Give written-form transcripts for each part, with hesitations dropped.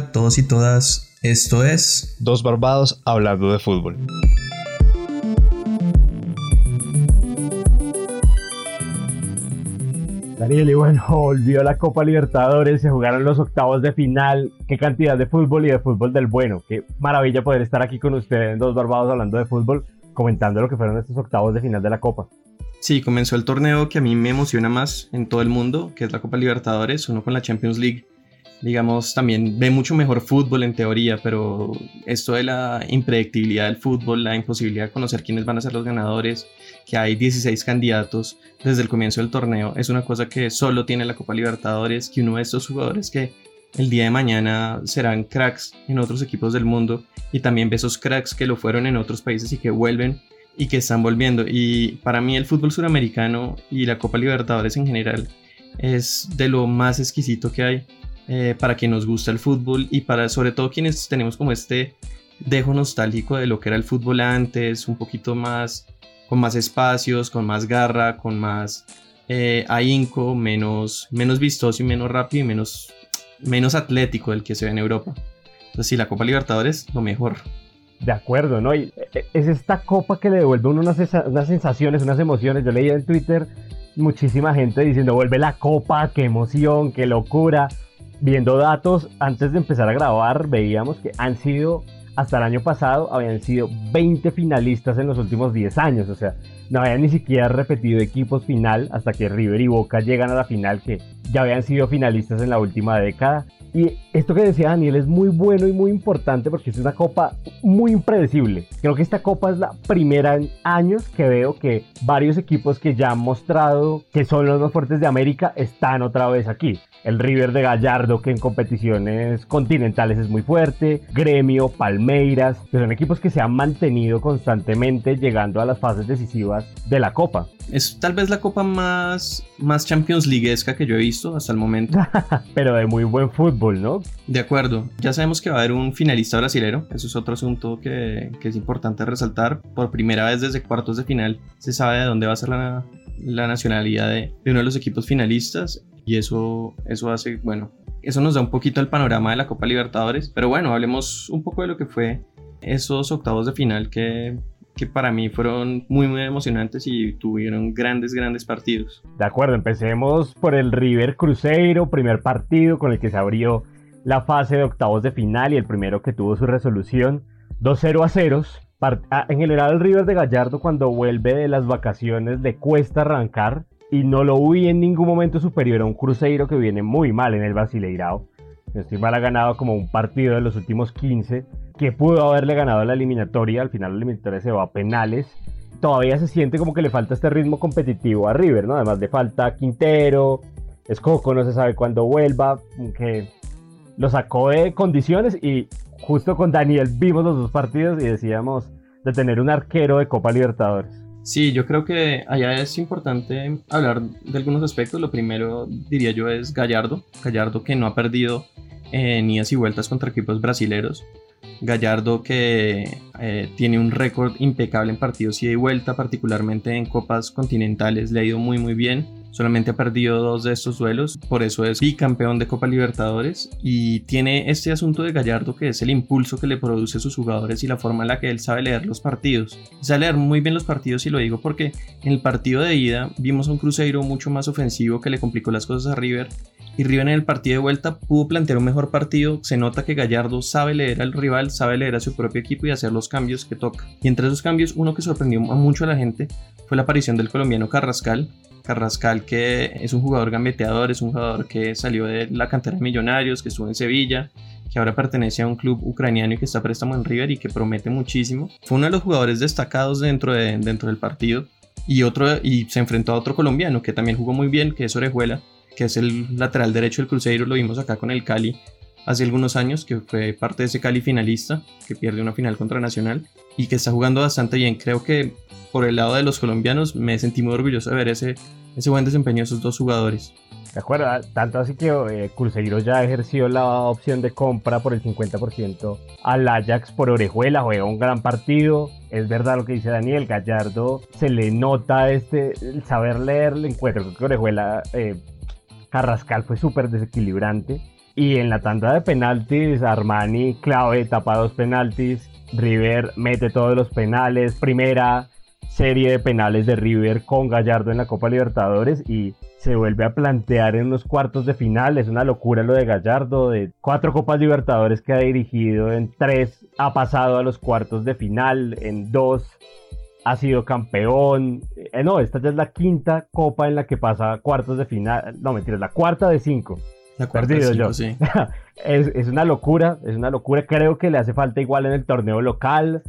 a todos y todas, esto es Dos Barbados hablando de fútbol. Daniel, y bueno, volvió la Copa Libertadores, se jugaron los octavos de final. Qué cantidad de fútbol y de fútbol del bueno. Qué maravilla poder estar aquí con ustedes en Dos Barbados hablando de fútbol, comentando lo que fueron estos octavos de final de la Copa. Sí, comenzó el torneo que a mí me emociona más en todo el mundo, que es la Copa Libertadores, uno con la Champions League. Digamos, también ve mucho mejor fútbol en teoría, pero esto de la impredictibilidad del fútbol, la imposibilidad de conocer quiénes van a ser los ganadores, que hay 16 candidatos desde el comienzo del torneo, es una cosa que solo tiene la Copa Libertadores, que uno de estos jugadores que el día de mañana serán cracks en otros equipos del mundo, y también ve esos cracks que lo fueron en otros países y que vuelven y que están volviendo. Y para mí el fútbol suramericano y la Copa Libertadores en general es de lo más exquisito que hay. Para quien nos gusta el fútbol y para sobre todo quienes tenemos como este dejo nostálgico de lo que era el fútbol antes, un poquito más, con más espacios, con más garra, con más ahínco, menos vistoso y menos rápido y menos atlético del que se ve en Europa. Entonces sí, la Copa Libertadores, lo mejor. De acuerdo, ¿no? Y es esta copa que le devuelve a uno unas sensaciones, unas emociones. Yo leía en Twitter muchísima gente diciendo, vuelve la copa, qué emoción, qué locura. Viendo datos, antes de empezar a grabar, veíamos que hasta el año pasado, habían sido 20 finalistas en los últimos 10 años. O sea, no habían ni siquiera repetido equipos final hasta que River y Boca llegan a la final, que ya habían sido finalistas en la última década. Y esto que decía Daniel es muy bueno y muy importante porque es una copa muy impredecible. Creo que esta copa es la primera en años que veo que varios equipos que ya han mostrado que son los más fuertes de América están otra vez aquí. El River de Gallardo, que en competiciones continentales es muy fuerte, Gremio, Palmeiras, que son equipos que se han mantenido constantemente llegando a las fases decisivas de la Copa. Es tal vez la copa más Champions Leaguesca que yo he visto hasta el momento. Pero de muy buen fútbol, ¿no? De acuerdo, ya sabemos que va a haber un finalista brasilero, eso es otro asunto que es importante resaltar. Por primera vez desde cuartos de final se sabe de dónde va a ser la nacionalidad de uno de los equipos finalistas. Y eso hace, bueno, eso nos da un poquito el panorama de la Copa Libertadores. Pero bueno, hablemos un poco de lo que fue esos octavos de final que para mí fueron muy muy emocionantes y tuvieron grandes partidos. De acuerdo, empecemos por el River Cruzeiro, primer partido con el que se abrió la fase de octavos de final y el primero que tuvo su resolución, 2-0. En general el River de Gallardo cuando vuelve de las vacaciones le cuesta arrancar y no lo vi en ningún momento superior a un Cruzeiro que viene muy mal en el Brasileirao. Estoy mal, ha ganado como un partido de los últimos 15 que pudo haberle ganado la eliminatoria. Al final la eliminatoria se va a penales. Todavía se siente como que le falta este ritmo competitivo a River, ¿no? Además le falta Quintero, Escoco no se sabe cuándo vuelva, que lo sacó de condiciones. Y justo con Daniel vimos los dos partidos y decíamos de tener un arquero de Copa Libertadores. Sí, yo creo que allá es importante hablar de algunos aspectos. Lo primero, diría yo, es Gallardo que no ha perdido ni idas y vueltas contra equipos brasileros. Gallardo que tiene un récord impecable en partidos ida y vuelta, particularmente en copas continentales, le ha ido muy muy bien. Solamente ha perdido 2 de estos duelos, por eso es bicampeón de Copa Libertadores. Y tiene este asunto de Gallardo que es el impulso que le produce a sus jugadores y la forma en la que él sabe leer los partidos. Sabe leer muy bien los partidos, y lo digo porque en el partido de ida vimos a un Cruzeiro mucho más ofensivo que le complicó las cosas a River. Y River en el partido de vuelta pudo plantear un mejor partido. Se nota que Gallardo sabe leer al rival, sabe leer a su propio equipo y hacer los cambios que toca. Y entre esos cambios, uno que sorprendió mucho a la gente fue la aparición del colombiano Carrascal, que es un jugador gambeteador, es un jugador que salió de la cantera de Millonarios, que estuvo en Sevilla, que ahora pertenece a un club ucraniano y que está a préstamo en River y que promete muchísimo. Fue uno de los jugadores destacados dentro del partido y se enfrentó a otro colombiano que también jugó muy bien, que es Orejuela, que es el lateral derecho del Cruzeiro. Lo vimos acá con el Cali hace algunos años, que fue parte de ese Cali finalista, que pierde una final contra Nacional y que está jugando bastante bien. Creo que por el lado de los colombianos me sentí muy orgulloso de ver ese buen desempeño de esos dos jugadores. De acuerdo, tanto así que Cruzeiro ya ejerció la opción de compra por el 50% al Ajax por Orejuela. Juega un gran partido. Es verdad lo que dice Daniel, Gallardo se le nota el saber leer el encuentro. Creo que Orejuela, Carrascal fue súper desequilibrante. Y en la tanda de penaltis, Armani clave, tapa 2 penaltis. River mete todos los penales. Primera serie de penales de River con Gallardo en la Copa Libertadores y se vuelve a plantear en los cuartos de final. Es una locura lo de Gallardo, de 4 Copas Libertadores que ha dirigido, en 3 ha pasado a los cuartos de final, en 2 ha sido campeón. No, esta ya es la 5ª Copa en la que pasa a cuartos de final. No, mentiras, la 4ª de 5. La cuarta de 5, sí. Es una locura, creo que le hace falta igual en el torneo local.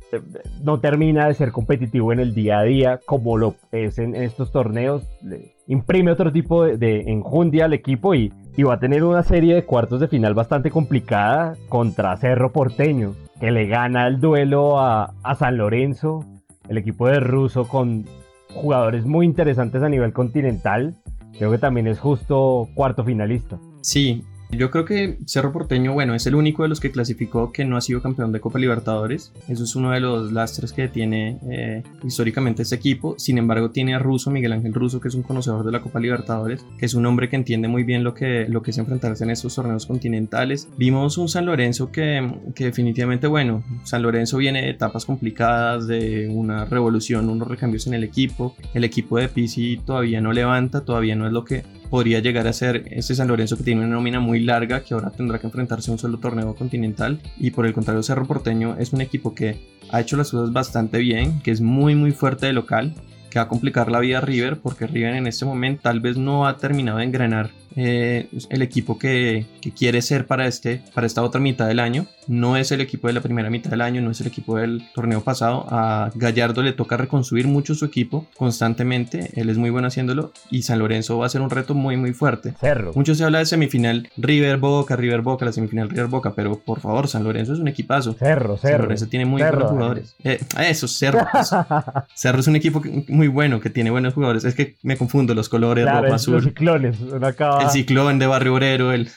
No termina de ser competitivo en el día a día como lo es en estos torneos. Le imprime otro tipo de enjundia al equipo y va a tener una serie de cuartos de final bastante complicada contra Cerro Porteño, que le gana el duelo a San Lorenzo, el equipo de Russo, con jugadores muy interesantes a nivel continental. Creo que también es justo cuarto finalista. Sí, yo creo que Cerro Porteño, bueno, es el único de los que clasificó que no ha sido campeón de Copa Libertadores. Eso es uno de los lastres que tiene históricamente este equipo. Sin embargo, tiene a Russo, Miguel Ángel Russo, que es un conocedor de la Copa Libertadores, que es un hombre que entiende muy bien lo que es enfrentarse en estos torneos continentales. Vimos un San Lorenzo que definitivamente, bueno, San Lorenzo viene de etapas complicadas, de una revolución, unos recambios en el equipo. El equipo de Pizzi todavía no levanta, todavía no es lo que podría llegar a ser este San Lorenzo, que tiene una nómina muy larga, que ahora tendrá que enfrentarse a un solo torneo continental. Y por el contrario, Cerro Porteño es un equipo que ha hecho las cosas bastante bien, que es muy muy fuerte de local, que va a complicar la vida a River, porque River en este momento tal vez no ha terminado de engranar el equipo que quiere ser para esta otra mitad del año. No es el equipo de la primera mitad del año, no es el equipo del torneo pasado. A Gallardo le toca reconstruir mucho su equipo constantemente, él es muy bueno haciéndolo, y San Lorenzo va a ser un reto muy muy fuerte. Cerro. Mucho se habla de semifinal River-Boca, la semifinal River-Boca, pero por favor, San Lorenzo es un equipazo. Cerro. San Lorenzo tiene muy buenos jugadores. Cerro. Cerro es un equipo muy bueno, que tiene buenos jugadores. Es que me confundo los colores, claro, rojo, azul. Los ciclones, El Ciclón de Barrio Obrero, el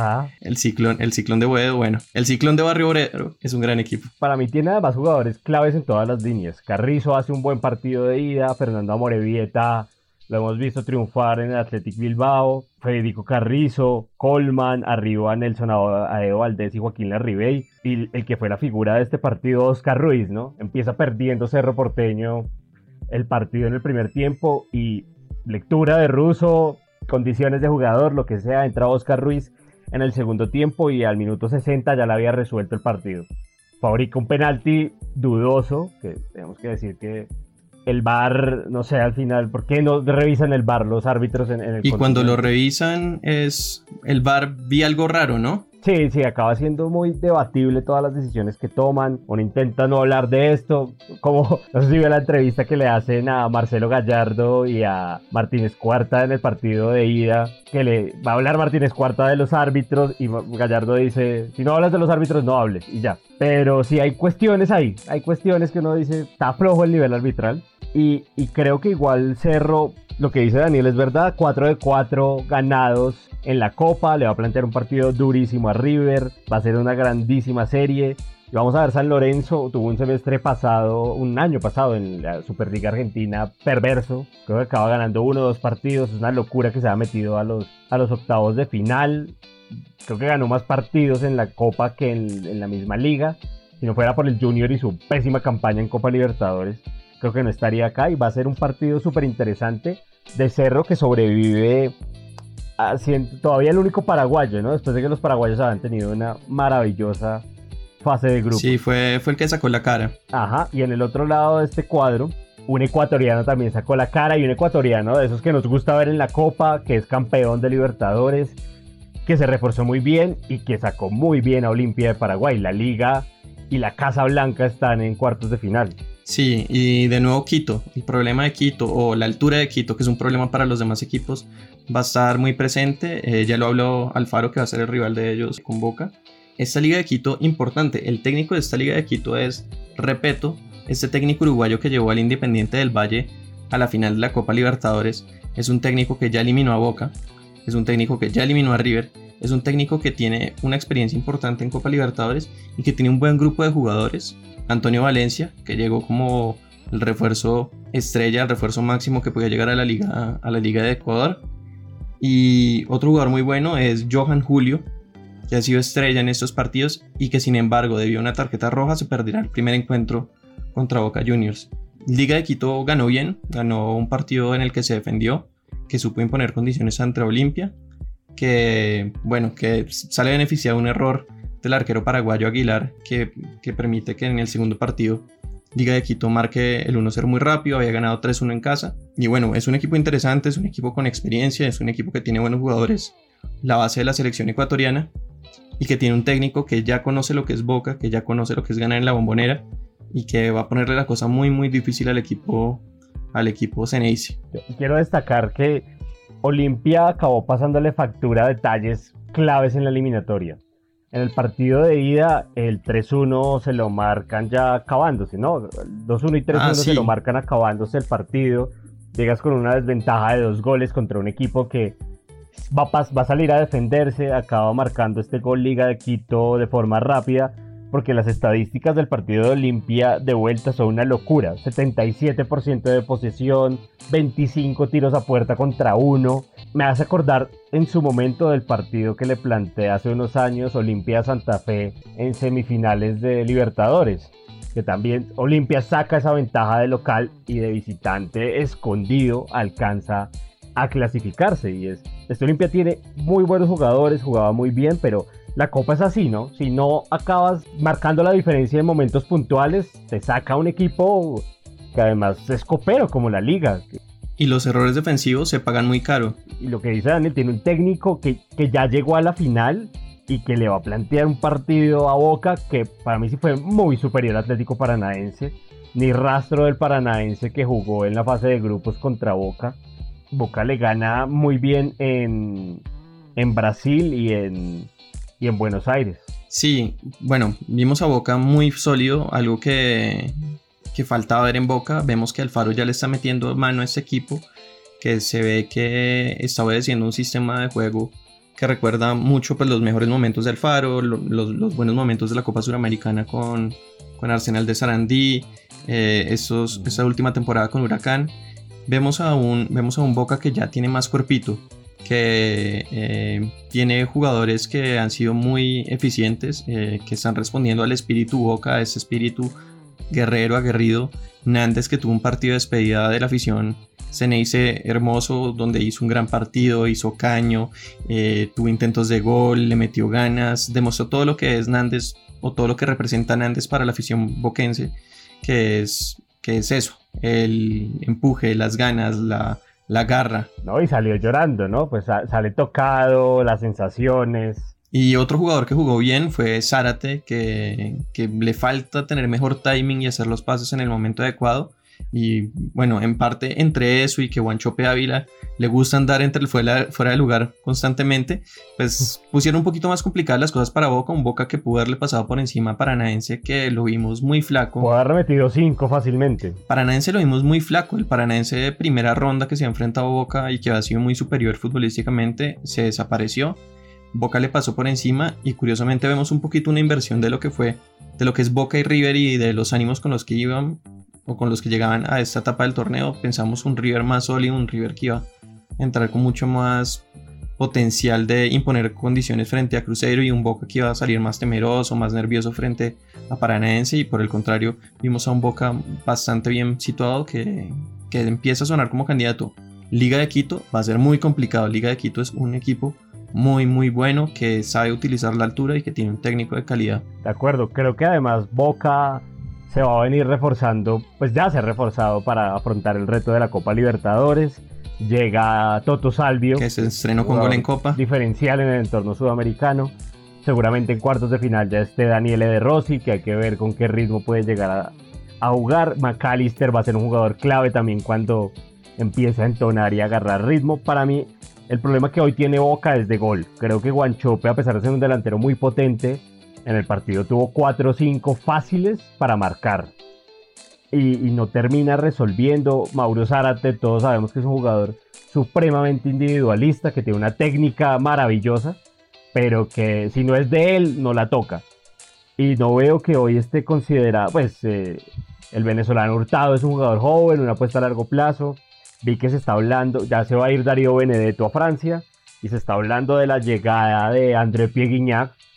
Ciclón de Boedo. Bueno, el Ciclón de Barrio Obrero es un gran equipo. Para mí tiene además jugadores claves en todas las líneas. Carrizo hace un buen partido de ida, Fernando Amorebieta lo hemos visto triunfar en el Athletic Bilbao, Federico Carrizo, Colman, arriba Nelson Aedo Valdés y Joaquín Larribey, y el que fue la figura de este partido, Oscar Ruiz, ¿no? Empieza perdiendo Cerro Porteño el partido en el primer tiempo y lectura de Russo, condiciones de jugador, lo que sea, entra Oscar Ruiz en el segundo tiempo y al minuto 60 ya le había resuelto el partido. Fabrica un penalti dudoso, que tenemos que decir que el VAR, no sé, al final, ¿por qué no revisan el VAR los árbitros en el... Y cuando lo revisan, el VAR vi algo raro, ¿no? Sí, acaba siendo muy debatible todas las decisiones que toman. Uno intenta no hablar de esto, como no sé si vio la entrevista que le hacen a Marcelo Gallardo y a Martínez Cuarta en el partido de ida, que le va a hablar Martínez Cuarta de los árbitros y Gallardo dice, si no hablas de los árbitros no hables, y ya. Pero sí hay cuestiones ahí, hay cuestiones que uno dice, está flojo el nivel arbitral, y creo que igual Cerro, lo que dice Daniel es verdad, 4 de 4 ganados en la Copa, le va a plantear un partido durísimo a River, va a ser una grandísima serie. Y vamos a ver, San Lorenzo tuvo un año pasado en la Superliga Argentina perverso, creo que acaba ganando 1 o 2 partidos, es una locura que se ha metido a los octavos de final, creo que ganó más partidos en la Copa que en la misma liga. Si no fuera por el Junior y su pésima campaña en Copa Libertadores, creo que no estaría acá, y va a ser un partido súper interesante de Cerro, que sobrevive todavía el único paraguayo, ¿no? Después de que los paraguayos habían tenido una maravillosa fase de grupo. Sí, fue el que sacó la cara. Ajá, y en el otro lado de este cuadro, un ecuatoriano también sacó la cara, y un ecuatoriano de esos que nos gusta ver en la Copa, que es campeón de Libertadores, que se reforzó muy bien y que sacó muy bien a Olimpia de Paraguay. La Liga y la Casa Blanca están en cuartos de final. Sí, y de nuevo Quito, el problema de Quito, o la altura de Quito, que es un problema para los demás equipos, va a estar muy presente. Ya lo habló Alfaro, que va a ser el rival de ellos con Boca. Esta Liga de Quito, importante, el técnico de esta Liga de Quito es Repeto, este técnico uruguayo que llevó al Independiente del Valle a la final de la Copa Libertadores. Es un técnico que ya eliminó a Boca, es un técnico que ya eliminó a River, es un técnico que tiene una experiencia importante en Copa Libertadores y que tiene un buen grupo de jugadores. Antonio Valencia, que llegó como el refuerzo estrella, el refuerzo máximo que podía llegar a la Liga de Ecuador. Y otro jugador muy bueno es Johan Julio, que ha sido estrella en estos partidos y que sin embargo debido a una tarjeta roja se perderá el primer encuentro contra Boca Juniors. Liga de Quito ganó bien, ganó un partido en el que se defendió, que supo imponer condiciones ante Olimpia, que sale beneficiado de un error del arquero paraguayo Aguilar, que permite que en el segundo partido Liga de Quito marque el 1-0 muy rápido, había ganado 3-1 en casa, y bueno, es un equipo interesante, es un equipo con experiencia, es un equipo que tiene buenos jugadores, la base de la selección ecuatoriana, y que tiene un técnico que ya conoce lo que es Boca, que ya conoce lo que es ganar en la Bombonera, y que va a ponerle la cosa muy muy difícil al equipo Xeneize. Quiero destacar que Olimpia acabó pasándole factura a detalles claves en la eliminatoria. En el partido de ida, el 3-1 se lo marcan ya acabándose, ¿no? El 2-1 y 3-1 sí. Se lo marcan acabándose el partido. Llegas con una desventaja de 2 goles contra un equipo que va a salir a defenderse. Acaba marcando este gol Liga de Quito de forma rápida, porque las estadísticas del partido de Olimpia de vuelta son una locura. 77% de posesión, 25 tiros a puerta contra 1. Me hace acordar en su momento del partido que le planteé hace unos años Olimpia Santa Fe en semifinales de Libertadores, que también Olimpia saca esa ventaja de local y de visitante escondido alcanza a clasificarse. Y este Olimpia tiene muy buenos jugadores, jugaba muy bien, pero la Copa es así, ¿no? Si no acabas marcando la diferencia en momentos puntuales, te saca un equipo que además es copero como la Liga. Y los errores defensivos se pagan muy caro. Y lo que dice Daniel, tiene un técnico que ya llegó a la final y que le va a plantear un partido a Boca que para mí sí fue muy superior al Atlético Paranaense. Ni rastro del Paranaense que jugó en la fase de grupos contra Boca. Boca le gana muy bien en Brasil y en Buenos Aires. Sí, bueno, vimos a Boca muy sólido, algo que faltaba ver en Boca. Vemos que Alfaro ya le está metiendo mano a este equipo, que se ve que está obedeciendo un sistema de juego que recuerda mucho pues, los mejores momentos de Alfaro, los buenos momentos de la Copa Suramericana con Arsenal de Sarandí, esta última temporada con Huracán. Vemos a un Boca que ya tiene más cuerpito, que tiene jugadores que han sido muy eficientes, que están respondiendo al espíritu Boca, a ese espíritu guerrero, aguerrido. Nández, que tuvo un partido de despedida de la afición Xeneize hermoso, donde hizo un gran partido, hizo caño, tuvo intentos de gol, le metió ganas, demostró todo lo que es Nández o todo lo que representa Nández para la afición boquense, que es eso, el empuje, las ganas, la garra. No, y salió llorando, ¿no? Pues sale tocado, las sensaciones. Y otro jugador que jugó bien fue Zárate, que le falta tener mejor timing y hacer los pases en el momento adecuado. Y bueno, en parte entre eso y que Wanchope Ávila le gusta andar fuera de lugar constantemente, pues pusieron un poquito más complicadas las cosas para Boca. Un Boca que pudo haberle pasado por encima a Paranaense, que lo vimos muy flaco. Pudo haber metido 5 fácilmente. Paranaense lo vimos muy flaco. El Paranaense de primera ronda que se ha enfrentado a Boca y que ha sido muy superior futbolísticamente se desapareció. Boca le pasó por encima y curiosamente vemos un poquito una inversión de lo que es Boca y River y de los ánimos con los que iban o con los que llegaban a esta etapa del torneo. Pensamos un River más sólido, un River que iba a entrar con mucho más potencial de imponer condiciones frente a Cruzeiro, y un Boca que iba a salir más temeroso, más nervioso frente a Paranaense, y por el contrario vimos a un Boca bastante bien situado que empieza a sonar como candidato. Liga de Quito va a ser muy complicado. Liga de Quito es un equipo muy muy bueno, que sabe utilizar la altura y que tiene un técnico de calidad. De acuerdo, creo que además Boca se va a venir reforzando, pues ya se ha reforzado para afrontar el reto de la Copa Libertadores. Llega Toto Salvio, que se estrenó con gol en Copa, diferencial en el entorno sudamericano. Seguramente en cuartos de final ya esté Daniele De Rossi, que hay que ver con qué ritmo puede llegar a jugar. McAllister va a ser un jugador clave también cuando empieza a entonar y agarrar ritmo. Para mí el problema que hoy tiene Boca es de gol. Creo que Wanchope, a pesar de ser un delantero muy potente, en el partido tuvo 4 o 5 fáciles para marcar y no termina resolviendo. Mauro Zárate, todos sabemos que es un jugador supremamente individualista, que tiene una técnica maravillosa, pero que si no es de él, no la toca. Y no veo que hoy esté considerado, pues el venezolano Hurtado es un jugador joven, una apuesta a largo plazo. Vi que se está hablando, ya se va a ir Darío Benedetto a Francia, y se está hablando de la llegada de André Pierre Guignac,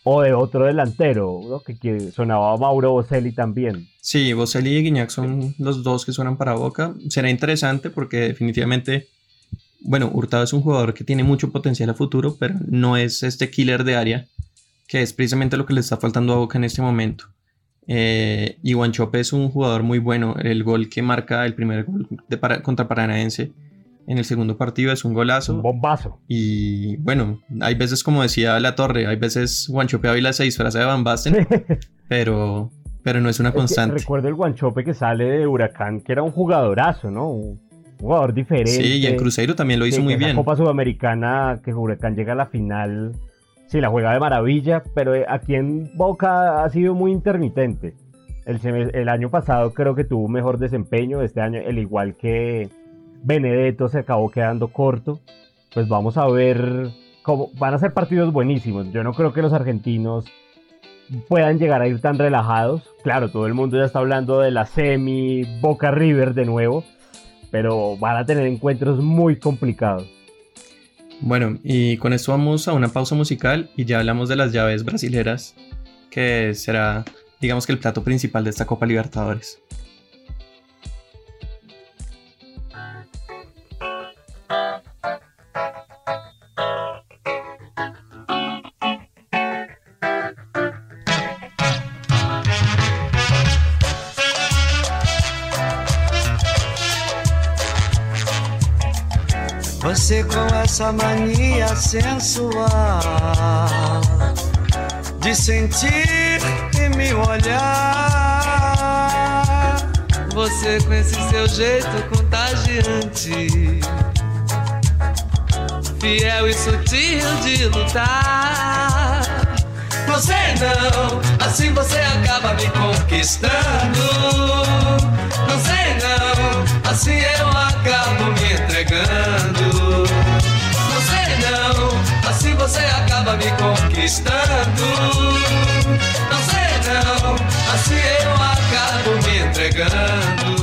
o de otro delantero, ¿no? Que sonaba Mauro Boselli también. Sí, Boselli y Guiñac son los dos que suenan para Boca. Será interesante porque definitivamente, bueno, Hurtado es un jugador que tiene mucho potencial a futuro, pero no es este killer de área, que es precisamente lo que le está faltando a Boca en este momento. Y Wanchope es un jugador muy bueno. El gol que marca el primer gol contra Paranaense en el segundo partido es un golazo. Un bombazo. Y bueno, hay veces, como decía La Torre, hay veces Wanchope Ávila se disfraza de Van Basten, pero no es una constante. Recuerdo el Wanchope que sale de Huracán, que era un jugadorazo, ¿no? Un jugador diferente. Sí, y en Cruzeiro también lo hizo muy bien. La Copa Sudamericana, que Huracán llega a la final, sí, la juega de maravilla, pero aquí en Boca ha sido muy intermitente. El año pasado creo que tuvo un mejor desempeño, este año, el igual que Benedetto, se acabó quedando corto. Pues vamos a ver cómo van a ser partidos buenísimos. Yo no creo que los argentinos puedan llegar a ir tan relajados. Claro, todo el mundo ya está hablando de la semi Boca River de nuevo, pero van a tener encuentros muy complicados. Bueno, y con esto vamos a una pausa musical y ya hablamos de las llaves brasileras, que será, digamos que el plato principal de esta Copa Libertadores. Você com essa mania sensual de sentir e me olhar. Você com esse seu jeito contagiante, fiel e sutil de lutar. Você não, assim você acaba me conquistando. Não sei não, assim eu acabo me entregando. Não sei não, assim você acaba me conquistando. Não sei não, assim eu acabo me entregando.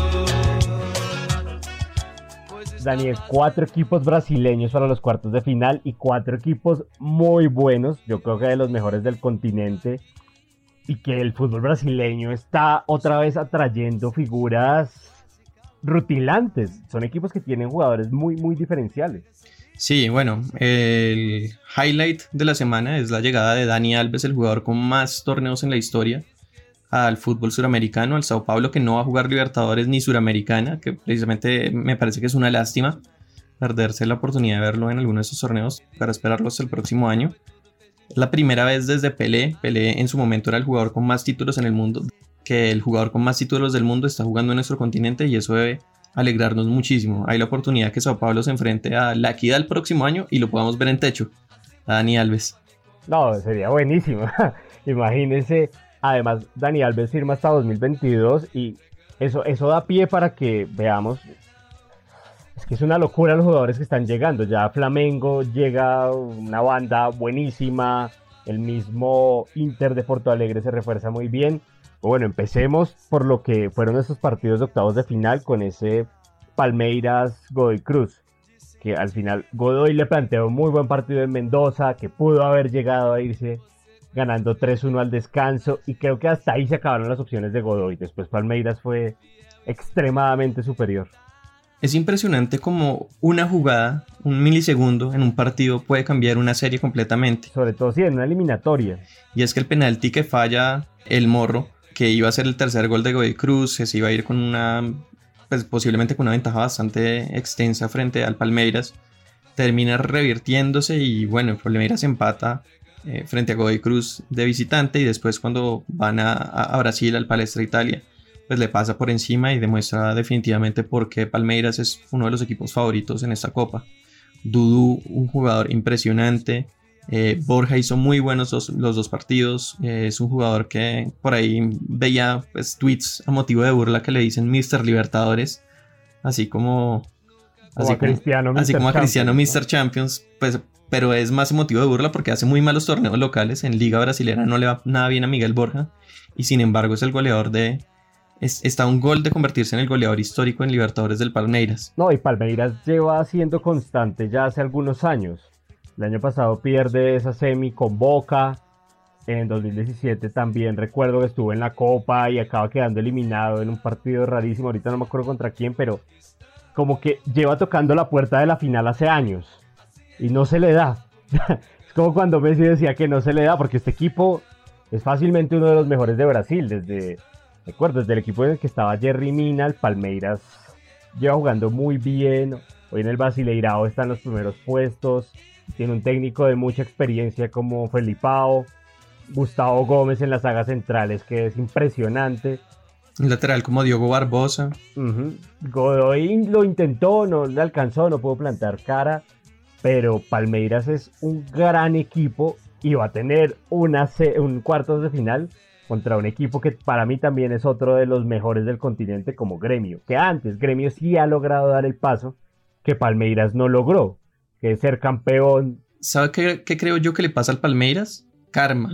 Daniel, 4 equipos brasileños para los cuartos de final y 4 equipos muy buenos, yo creo que de los mejores del continente, y que el fútbol brasileño está otra vez atrayendo figuras rutilantes. Son equipos que tienen jugadores muy, muy diferenciales. Sí, bueno, el highlight de la semana es la llegada de Dani Alves, el jugador con más torneos en la historia, al fútbol suramericano, al Sao Paulo, que no va a jugar Libertadores ni Suramericana, que precisamente me parece que es una lástima perderse la oportunidad de verlo en alguno de esos torneos para esperarlos el próximo año. Es la primera vez desde Pelé en su momento era el jugador con más títulos en el mundo, que el jugador con más títulos del mundo está jugando en nuestro continente, y eso debe alegrarnos muchísimo. Hay la oportunidad que Sao Paulo se enfrente a La Equidad el próximo año y lo podamos ver en techo, a Dani Alves. No, sería buenísimo. Imagínense. Además, Dani Alves firma hasta 2022 y eso da pie para que veamos. Es que es una locura los jugadores que están llegando. Ya Flamengo llega una banda buenísima. El mismo Inter de Porto Alegre se refuerza muy bien. Bueno, empecemos por lo que fueron esos partidos de octavos de final con ese Palmeiras Godoy Cruz. Que al final Godoy le planteó un muy buen partido en Mendoza, que pudo haber llegado a irse ganando 3-1 al descanso, y creo que hasta ahí se acabaron las opciones de Godoy. Después Palmeiras fue extremadamente superior. Es impresionante como una jugada, un milisegundo en un partido puede cambiar una serie completamente. Sobre todo si en una eliminatoria. Y es que el penalti que falla el Morro, que iba a ser el tercer gol de Godoy Cruz, que se iba a ir con una, pues posiblemente con una ventaja bastante extensa frente al Palmeiras, termina revirtiéndose y bueno, el Palmeiras empata frente a Godoy Cruz de visitante, y después cuando van a Brasil, al Palestra Italia, pues le pasa por encima y demuestra definitivamente por qué Palmeiras es uno de los equipos favoritos en esta copa. Dudu, un jugador impresionante. Borja hizo muy buenos los dos partidos. Es un jugador que por ahí veía pues, tweets a motivo de burla que le dicen Mr. Libertadores, así como a Cristiano Mr. Champions, pues, pero es más motivo de burla porque hace muy malos torneos locales. En Liga Brasilera no le va nada bien a Miguel Borja, y sin embargo es el goleador está a un gol de convertirse en el goleador histórico en Libertadores del Palmeiras. No, y Palmeiras lleva siendo constante ya hace algunos años. El año pasado pierde esa semi con Boca. En 2017 también recuerdo que estuvo en la Copa y acaba quedando eliminado en un partido rarísimo. Ahorita no me acuerdo contra quién, pero como que lleva tocando la puerta de la final hace años y no se le da. Es como cuando Messi decía que no se le da, porque este equipo es fácilmente uno de los mejores de Brasil. Recuerdo, desde el equipo en el que estaba Jerry Mina, el Palmeiras lleva jugando muy bien. Hoy en el Brasileirao está en los primeros puestos. Tiene un técnico de mucha experiencia como Felipao. Gustavo Gómez en las sagas centrales, que es impresionante. Un lateral como Diogo Barbosa. Godoy lo intentó, no le alcanzó, no pudo plantar cara. Pero Palmeiras es un gran equipo y va a tener un cuartos de final contra un equipo que para mí también es otro de los mejores del continente, como Gremio. Que antes Gremio sí ha logrado dar el paso que Palmeiras no logró, que es ser campeón. ¿Sabe qué creo yo que le pasa al Palmeiras? Karma.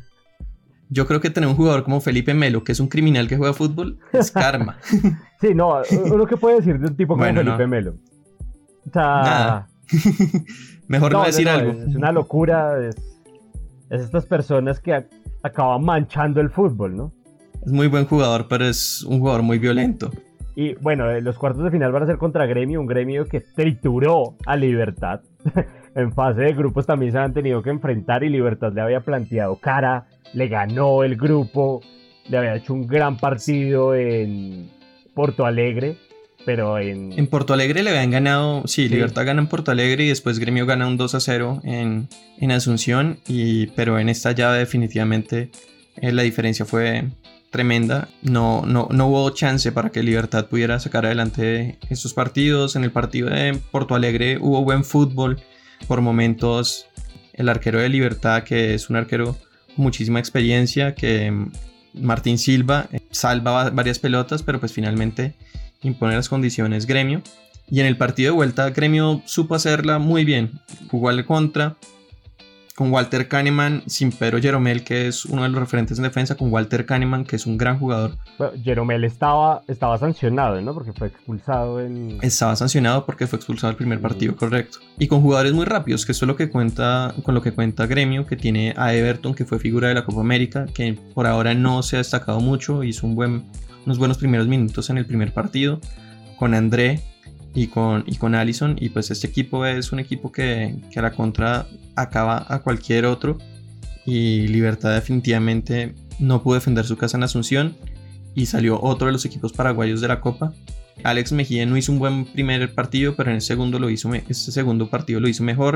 Yo creo que tener un jugador como Felipe Melo, que es un criminal que juega fútbol, es karma. Sí, no, uno que puede decir de un tipo como Felipe Melo. O sea, nada. Mejor no decir algo. Es una locura. Es estas personas que acaban manchando el fútbol, ¿no? Es muy buen jugador, pero es un jugador muy violento. Y bueno, los cuartos de final van a ser contra Gremio, un Gremio que trituró a Libertad. En fase de grupos también se han tenido que enfrentar y Libertad le había planteado cara, le ganó el grupo, le había hecho un gran partido en Porto Alegre, pero en Porto Alegre le habían ganado, sí, Libertad gana en Porto Alegre y después Gremio gana un 2-0 en Asunción, pero en esta llave definitivamente la diferencia fue tremenda. No hubo chance para que Libertad pudiera sacar adelante estos partidos. En el partido de Porto Alegre hubo buen fútbol. Por momentos el arquero de Libertad, que es un arquero con muchísima experiencia, que Martín Silva salva varias pelotas, pero pues finalmente impone las condiciones Gremio. Y en el partido de vuelta Gremio supo hacerla muy bien. Jugó al contra con Walter Kahneman, sin Pedro Jeromel, que es uno de los referentes en defensa, con Walter Kahneman, que es un gran jugador. Bueno, Jeromel estaba sancionado, ¿no? Porque fue expulsado Estaba sancionado porque fue expulsado el primer partido, correcto. Y con jugadores muy rápidos, que eso es lo que cuenta Gremio, que tiene a Everton, que fue figura de la Copa América, que por ahora no se ha destacado mucho, hizo unos buenos primeros minutos en el primer partido, con André y con Alisson, y pues este equipo es un equipo que a la contra acaba a cualquier otro, y Libertad definitivamente no pudo defender su casa en Asunción y salió otro de los equipos paraguayos de la Copa. Alex Mejía no hizo un buen primer partido, pero en este segundo partido lo hizo mejor,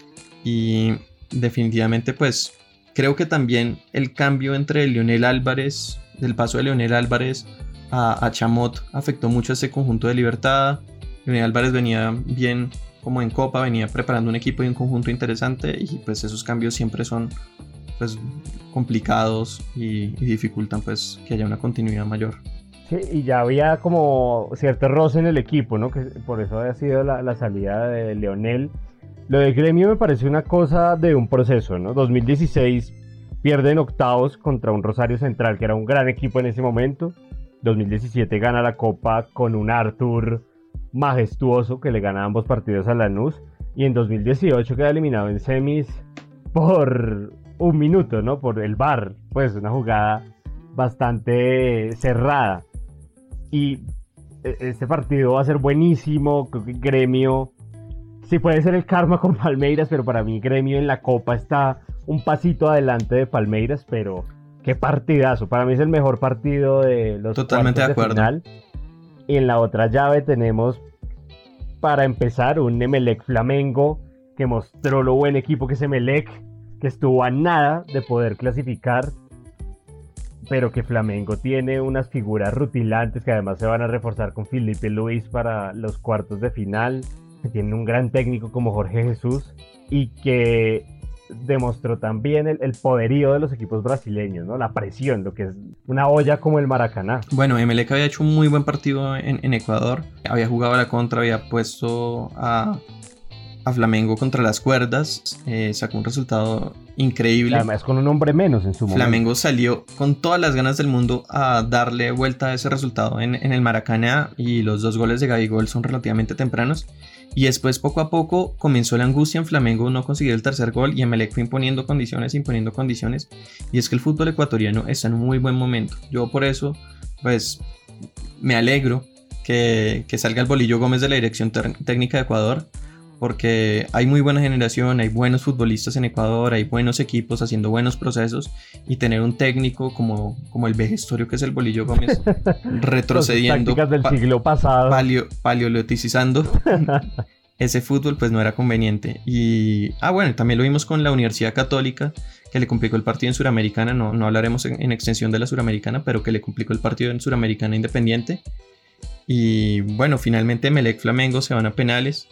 y definitivamente pues creo que también el cambio entre Leonel Álvarez, del paso de Leonel Álvarez a Chamot, afectó mucho a este conjunto de Libertad. Leonel Álvarez venía bien como en Copa, venía preparando un equipo y un conjunto interesante, y pues esos cambios siempre son pues complicados y dificultan pues que haya una continuidad mayor. Sí, y ya había como cierto roce en el equipo, ¿no? Que por eso había sido la salida de Leonel. Lo de Gremio me parece una cosa de un proceso, ¿no? 2016 pierden octavos contra un Rosario Central, que era un gran equipo en ese momento. 2017 gana la Copa con un Arthur majestuoso que le gana ambos partidos a Lanús, y en 2018 queda eliminado en semis por un minuto, ¿no? Por el VAR, pues una jugada bastante cerrada. Y este partido va a ser buenísimo. Creo que Gremio sí puede ser el karma con Palmeiras, pero para mí Gremio en la Copa está un pasito adelante de Palmeiras. Pero qué partidazo, para mí es el mejor partido de los totalmente de acuerdo. Final. Y en la otra llave tenemos, para empezar, un Emelec Flamengo, que mostró lo buen equipo que es Emelec, que estuvo a nada de poder clasificar, pero que Flamengo tiene unas figuras rutilantes que además se van a reforzar con Felipe Luis para los cuartos de final, que tiene un gran técnico como Jorge Jesús, y que demostró también el poderío de los equipos brasileños, ¿no? La presión, lo que es una olla como el Maracaná. Bueno, Emelec había hecho un muy buen partido en Ecuador, había jugado a la contra, había puesto a Flamengo contra las cuerdas, sacó un resultado increíble. Además con un hombre menos en su momento. Flamengo salió con todas las ganas del mundo a darle vuelta a ese resultado en el Maracaná, y los 2 goles de Gabigol son relativamente tempranos. Y después, poco a poco, comenzó la angustia en Flamengo, no conseguir el tercer gol, y Emelec fue imponiendo condiciones. Y es que el fútbol ecuatoriano está en un muy buen momento. Yo por eso, pues, me alegro que salga el Bolillo Gómez de la dirección técnica de Ecuador, porque hay muy buena generación, hay buenos futbolistas en Ecuador, hay buenos equipos haciendo buenos procesos, y tener un técnico como el vejestorio que es el Bolillo Gómez, retrocediendo, tácticas del siglo pasado, paleolitizando ese fútbol, pues no era conveniente. Y bueno, también lo vimos con la Universidad Católica, que le complicó el partido en Suramericana. No hablaremos en extensión de la Suramericana, pero que le complicó el partido en Suramericana Independiente. Y bueno, finalmente Emelec Flamengo se van a penales.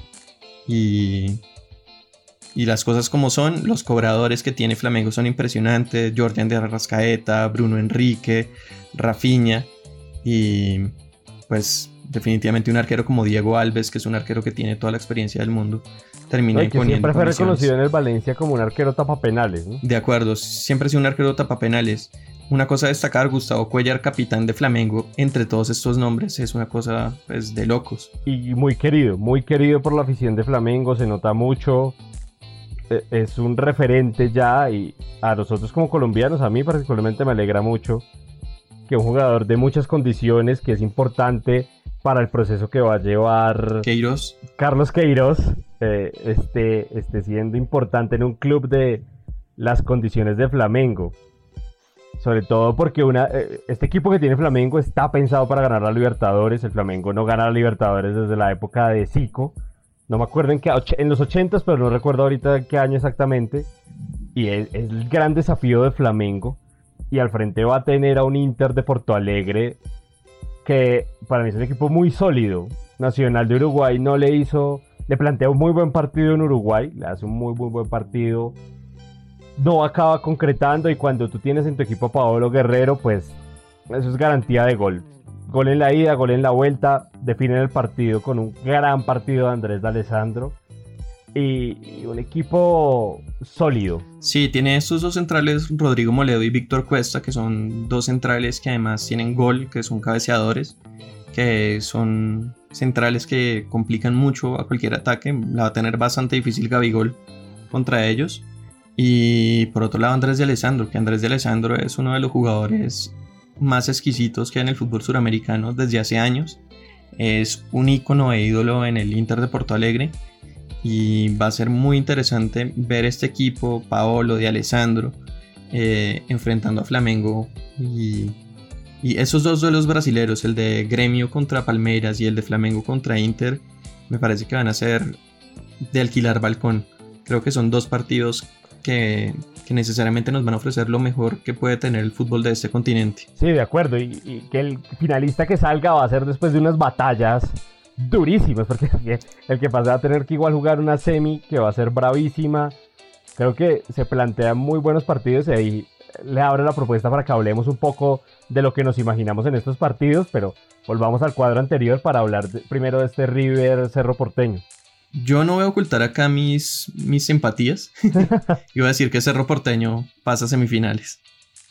Y las cosas como son, los cobradores que tiene Flamengo son impresionantes. Jordan de Arrascaeta, Bruno Enrique, Rafinha, y pues definitivamente un arquero como Diego Alves, que es un arquero que tiene toda la experiencia del mundo, termina imponiendo. Siempre fue reconocido en el Valencia como un arquero tapapenales, ¿no? De acuerdo, siempre ha sido un arquero tapapenales. Una cosa a destacar, Gustavo Cuéllar, capitán de Flamengo, entre todos estos nombres, es una cosa, pues, de locos. Y muy querido por la afición de Flamengo, se nota mucho, es un referente ya, y a nosotros como colombianos, a mí particularmente me alegra mucho que un jugador de muchas condiciones, que es importante para el proceso que va a llevar Carlos Queiroz, esté siendo importante en un club de las condiciones de Flamengo. Sobre todo porque este equipo que tiene Flamengo está pensado para ganar la Libertadores. El Flamengo no gana la Libertadores desde la época de Zico. No me acuerdo en los 80s, pero no recuerdo ahorita qué año exactamente. Y es el gran desafío de Flamengo. Y al frente va a tener a un Inter de Porto Alegre, que para mí es un equipo muy sólido. Nacional de Uruguay le plantea un muy buen partido en Uruguay. Le hace un muy buen partido. No acaba concretando, y cuando tú tienes en tu equipo a Paolo Guerrero, pues eso es garantía de gol. Gol en la ida, gol en la vuelta, definen el partido con un gran partido de Andrés D'Alessandro y un equipo sólido. Sí, tiene estos 2 centrales, Rodrigo Moledo y Víctor Cuesta, que son 2 centrales que además tienen gol, que son cabeceadores, que son centrales que complican mucho a cualquier ataque. La va a tener bastante difícil Gabigol contra ellos. Y por otro lado, Andrés D'Alessandro, que Andrés D'Alessandro es uno de los jugadores más exquisitos que hay en el fútbol suramericano desde hace años. Es un ícono e ídolo en el Inter de Porto Alegre, y va a ser muy interesante ver este equipo, Paolo, D'Alessandro, enfrentando a Flamengo. Y esos 2 duelos brasileros, el de Gremio contra Palmeiras y el de Flamengo contra Inter, me parece que van a ser de alquilar balcón. Creo que son 2 partidos que necesariamente nos van a ofrecer lo mejor que puede tener el fútbol de este continente. Sí, de acuerdo, y que el finalista que salga va a ser después de unas batallas durísimas, porque el que pasa va a tener que igual jugar una semi que va a ser bravísima. Creo que se plantean muy buenos partidos, y ahí le abro la propuesta para que hablemos un poco de lo que nos imaginamos en estos partidos, pero volvamos al cuadro anterior para hablar primero de este River Cerro Porteño. Yo no voy a ocultar acá mis simpatías. Iba a decir que Cerro Porteño pasa a semifinales.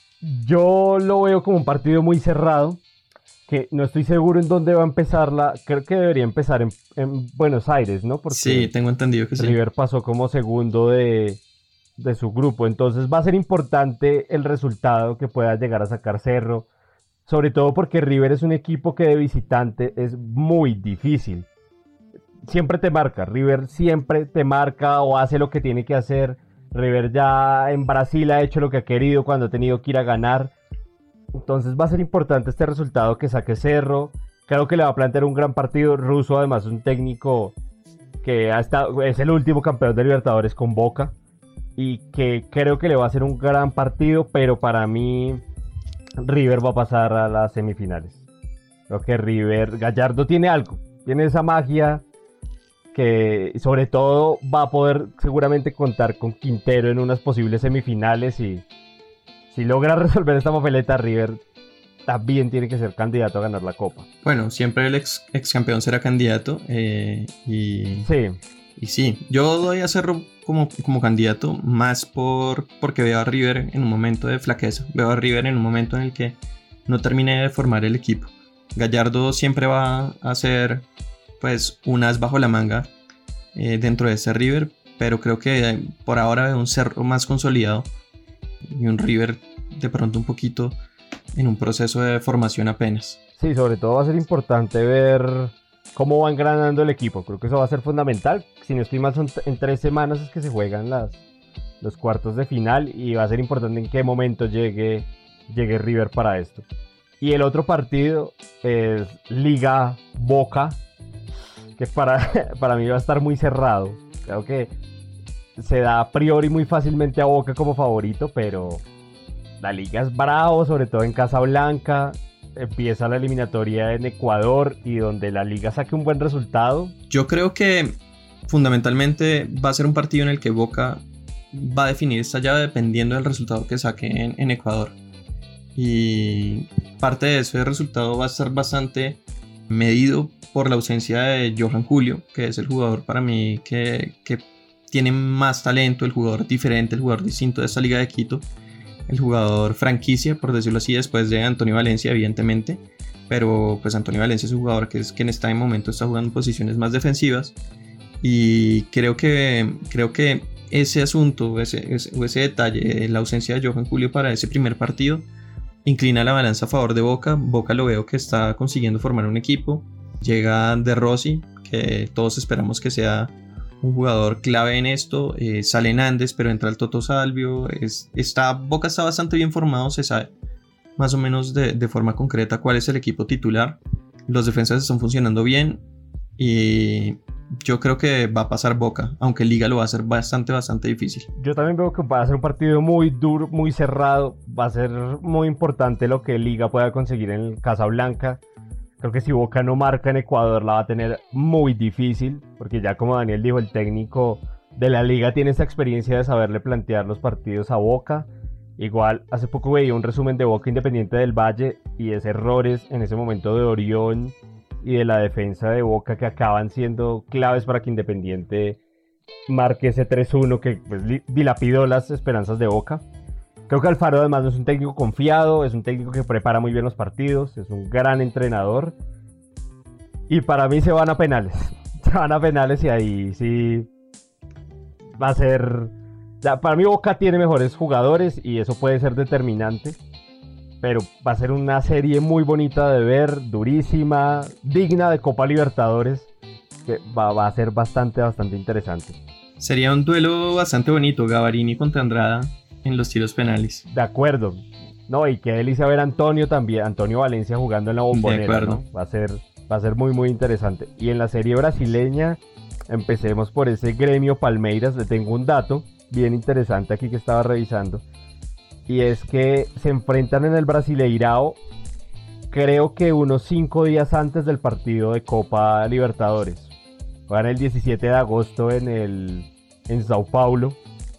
Yo lo veo como un partido muy cerrado, que no estoy seguro en dónde va a empezarla. Creo que debería empezar en Buenos Aires, ¿no? Porque sí, tengo entendido que sí. River pasó como segundo de su grupo, entonces va a ser importante el resultado que pueda llegar a sacar Cerro, sobre todo porque River es un equipo que de visitante es muy difícil. Siempre te marca, River siempre te marca o hace lo que tiene que hacer. River ya en Brasil ha hecho lo que ha querido cuando ha tenido que ir a ganar. Entonces va a ser importante este resultado que saque Cerro. Creo que le va a plantear un gran partido. Russo además es un técnico que es el último campeón de Libertadores con Boca, y que creo que le va a hacer un gran partido, pero para mí River va a pasar a las semifinales. Creo que Gallardo tiene algo, tiene esa magia, que sobre todo va a poder seguramente contar con Quintero en unas posibles semifinales, y si logra resolver esta papeleta, River también tiene que ser candidato a ganar la Copa. Bueno, siempre el ex campeón será candidato, y sí. Y sí, yo doy a Cerro como candidato más porque veo a River en un momento de flaqueza. Veo a River en un momento en el que no termine de formar el equipo. Gallardo siempre va a hacer pues un as bajo la manga dentro de ese River, pero creo que por ahora veo un Cerro más consolidado y un River de pronto un poquito en un proceso de formación apenas. Sí, sobre todo va a ser importante ver cómo va engranando el equipo. Creo que eso va a ser fundamental. Si no estoy mal, son en 3 semanas es que se juegan los cuartos de final y va a ser importante en qué momento llegue River para esto. Y el otro partido es Liga Boca, que para mí va a estar muy cerrado. Creo que se da a priori muy fácilmente a Boca como favorito, pero la liga es bravo, sobre todo en Casablanca. Empieza la eliminatoria en Ecuador y donde la liga saque un buen resultado. Yo creo que fundamentalmente va a ser un partido en el que Boca va a definir esta llave dependiendo del resultado que saque en Ecuador. Y parte de ese resultado va a estar bastante medido por la ausencia de Johan Julio, que es el jugador para mí que tiene más talento, el jugador diferente, el jugador distinto de esta Liga de Quito. El jugador franquicia, por decirlo así, después de Antonio Valencia, evidentemente. Pero pues Antonio Valencia es un jugador que en este momento está jugando en posiciones más defensivas. Y creo que ese asunto, ese detalle, la ausencia de Johan Julio para ese primer partido, inclina la balanza a favor de Boca. Boca lo veo que está consiguiendo formar un equipo. Llega De Rossi, que todos esperamos que sea un jugador clave en esto. Sale Nández, pero entra el Toto Salvio. Boca está bastante bien formado, se sabe más o menos de forma concreta cuál es el equipo titular. Los defensas están funcionando bien y yo creo que va a pasar Boca, aunque Liga lo va a hacer bastante difícil. Yo también veo que va a ser un partido muy duro, muy cerrado. Va a ser muy importante lo que Liga pueda conseguir en Casablanca. Creo que si Boca no marca en Ecuador la va a tener muy difícil, porque ya como Daniel dijo, el técnico de la liga tiene esa experiencia de saberle plantear los partidos a Boca. Igual, hace poco veía un resumen de Boca Independiente del Valle y es errores en ese momento de Orión y de la defensa de Boca que acaban siendo claves para que Independiente marque ese 3-1 que pues, dilapidó las esperanzas de Boca. Creo que Alfaro además no es un técnico confiado, es un técnico que prepara muy bien los partidos, es un gran entrenador. Y para mí se van a penales. Se van a penales y ahí sí va a ser... Para mí Boca tiene mejores jugadores y eso puede ser determinante. Pero va a ser una serie muy bonita de ver, durísima, digna de Copa Libertadores, que va a ser bastante interesante. Sería un duelo bastante bonito, Gavarini contra Andrada en los tiros penales. De acuerdo. No, y qué delicia ver a Antonio también, Antonio Valencia jugando en la Bombonera, ¿no? Va a ser muy interesante. Y en la serie brasileña, empecemos por ese Gremio Palmeiras. Le tengo un dato bien interesante aquí que estaba revisando. Y es que se enfrentan en el Brasileirao, creo que unos 5 días antes del partido de Copa Libertadores. Juegan el 17 de agosto en Sao Paulo.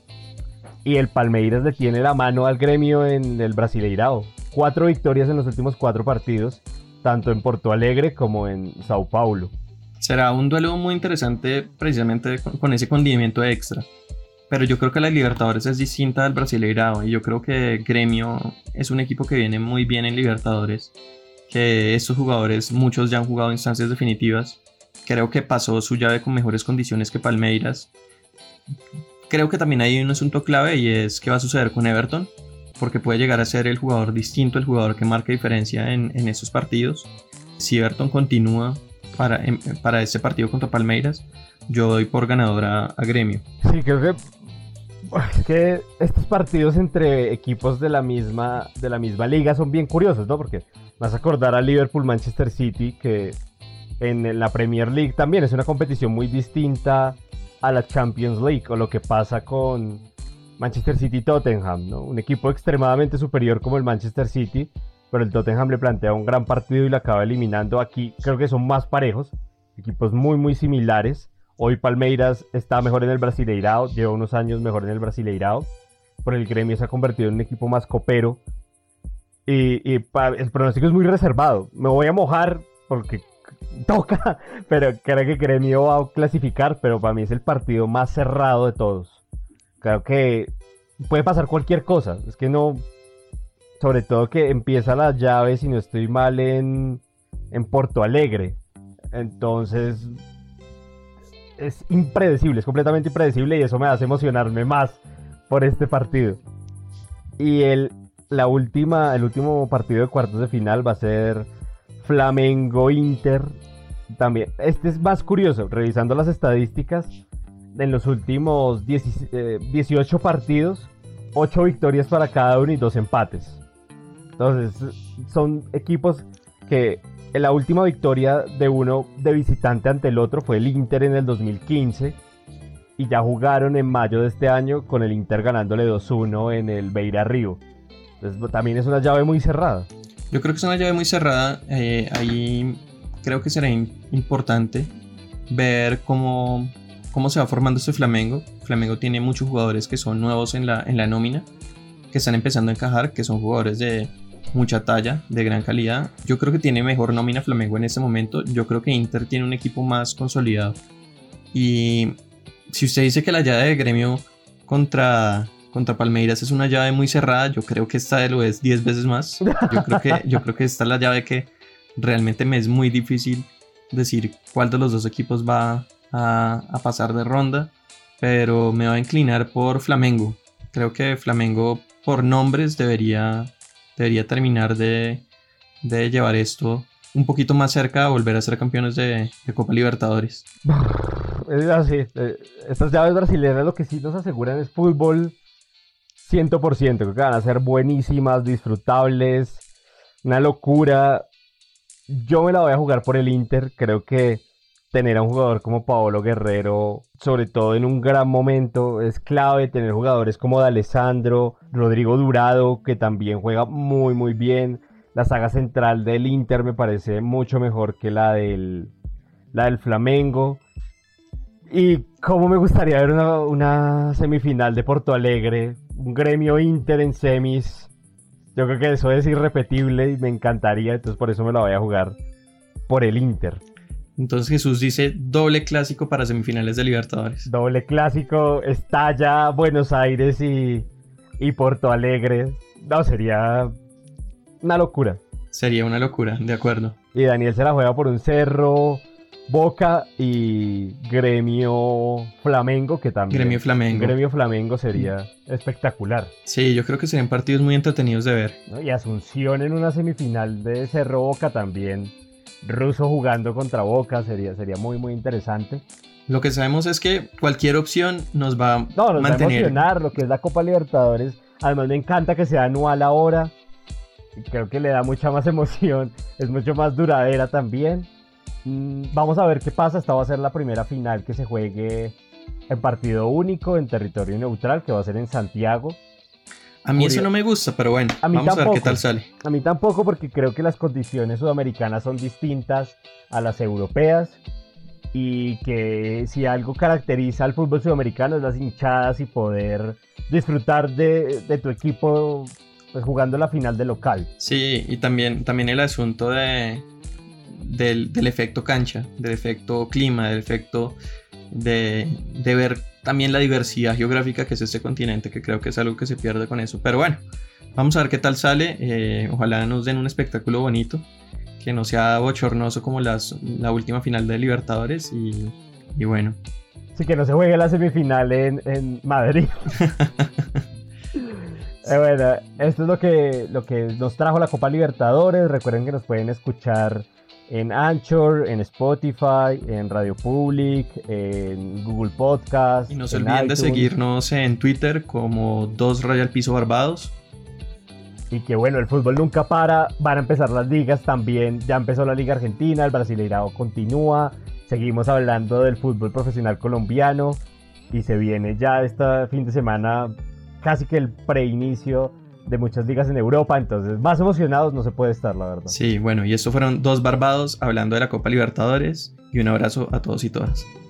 Y el Palmeiras le tiene la mano al Gremio en el Brasileirao. 4 victorias en los últimos 4 partidos, tanto en Porto Alegre como en Sao Paulo. Será un duelo muy interesante precisamente con ese condimento extra. Pero yo creo que la Libertadores es distinta del Brasileirao y yo creo que Gremio es un equipo que viene muy bien en Libertadores. Que estos jugadores, muchos ya han jugado instancias definitivas. Creo que pasó su llave con mejores condiciones que Palmeiras. Creo que también hay un asunto clave y es qué va a suceder con Everton, porque puede llegar a ser el jugador distinto, el jugador que marca diferencia en estos partidos. Si Everton continúa para este partido contra Palmeiras, yo doy por ganadora a Gremio. Sí, creo que es que estos partidos entre equipos de la misma liga son bien curiosos, ¿no? Porque vas a acordar a Liverpool-Manchester City, que en la Premier League también es una competición muy distinta a la Champions League, o lo que pasa con Manchester City-Tottenham, ¿no? Un equipo extremadamente superior como el Manchester City, pero el Tottenham le plantea un gran partido y lo acaba eliminando. Aquí creo que son más parejos, equipos muy similares. Hoy Palmeiras está mejor en el Brasileirao, lleva unos años mejor en el Brasileirao, pero el Gremio se ha convertido en un equipo más copero y el pronóstico es muy reservado. Me voy a mojar porque toca, pero creo que Gremio va a clasificar, pero para mí es el partido más cerrado de todos. Creo que puede pasar cualquier cosa, es que no, sobre todo que empieza la llave, si no estoy mal, en Porto Alegre, entonces es impredecible, es completamente impredecible y eso me hace emocionarme más por este partido. Y el último partido de cuartos de final va a ser Flamengo-Inter. También, este es más curioso, revisando las estadísticas, en los últimos 18 partidos, 8 victorias para cada uno y 2 empates. Entonces, son equipos que la última victoria de uno de visitante ante el otro fue el Inter en el 2015 y ya jugaron en mayo de este año con el Inter ganándole 2-1 en el Beira Río. Entonces, también es una llave muy cerrada. Yo creo que es una llave muy cerrada. Ahí creo que será importante ver cómo se va formando este Flamengo. Flamengo tiene muchos jugadores que son nuevos en la nómina, que están empezando a encajar, que son jugadores de mucha talla, de gran calidad. Yo creo que tiene mejor nómina Flamengo en este momento. Yo creo que Inter tiene un equipo más consolidado. Y si usted dice que la llave de Gremio contra Palmeiras es una llave muy cerrada, yo creo que esta lo es 10 veces más. Yo creo que esta es la llave que realmente me es muy difícil decir cuál de los dos equipos va a pasar de ronda, pero me va a inclinar por Flamengo. Creo que Flamengo por nombres debería terminar de llevar esto un poquito más cerca a volver a ser campeones de Copa Libertadores. Es así, estas llaves brasileñas lo que sí nos aseguran es fútbol 100%, creo que van a ser buenísimas, disfrutables, una locura. Yo me la voy a jugar por el Inter, creo que tener a un jugador como Paolo Guerrero, sobre todo en un gran momento, es clave. Tener jugadores como D'Alessandro, Rodrigo Durado, que también juega muy muy bien. La saga central del Inter me parece mucho mejor que la del Flamengo. Y cómo me gustaría ver una semifinal de Porto Alegre, un Gremio Inter en semis. Yo creo que eso es irrepetible y me encantaría, entonces por eso me la voy a jugar por el Inter. Entonces Jesús dice doble clásico para semifinales de Libertadores. Doble clásico, estalla Buenos Aires y Porto Alegre. No, sería una locura. Sería una locura, de acuerdo. Y Daniel se la juega por un Cerro, Boca y Gremio Flamengo, que también. Gremio Flamengo sería espectacular. Sí, yo creo que serían partidos muy entretenidos de ver. ¿No? Y Asunción en una semifinal de Cerro Boca también. Russo jugando contra Boca sería muy muy interesante. Lo que sabemos es que cualquier opción nos va a mantener. Va a emocionar lo que es la Copa Libertadores. Además me encanta que sea anual ahora. Creo que le da mucha más emoción. Es mucho más duradera también. Vamos a ver qué pasa. Esta va a ser la primera final que se juegue en partido único, en territorio neutral, que va a ser en Santiago. A mí eso no me gusta, pero bueno, vamos a ver qué tal sale. A mí tampoco, porque creo que las condiciones sudamericanas son distintas a las europeas y que si algo caracteriza al fútbol sudamericano es las hinchadas y poder disfrutar de tu equipo pues, jugando la final de local. Sí, y también el asunto del efecto cancha, del efecto clima, del efecto de ver también la diversidad geográfica que es este continente, que creo que es algo que se pierde con eso. Pero bueno, vamos a ver qué tal sale. Ojalá nos den un espectáculo bonito, que no sea bochornoso como la última final de Libertadores y bueno. Sí, que no se juegue la semifinal en Madrid. Bueno, esto es lo que nos trajo la Copa Libertadores. Recuerden que nos pueden escuchar en Anchor, en Spotify, en Radio Public, en Google Podcast. Y no se olviden de seguirnos en Twitter como 2 Barbados. Y que bueno, el fútbol nunca para, van a empezar las ligas también. Ya empezó la Liga Argentina, el Brasileirao continúa. Seguimos hablando del fútbol profesional colombiano. Y se viene ya este fin de semana casi que el preinicio de muchas ligas en Europa, entonces más emocionados no se puede estar, la verdad. Sí, bueno, y esto fueron 2 Barbados hablando de la Copa Libertadores y un abrazo a todos y todas.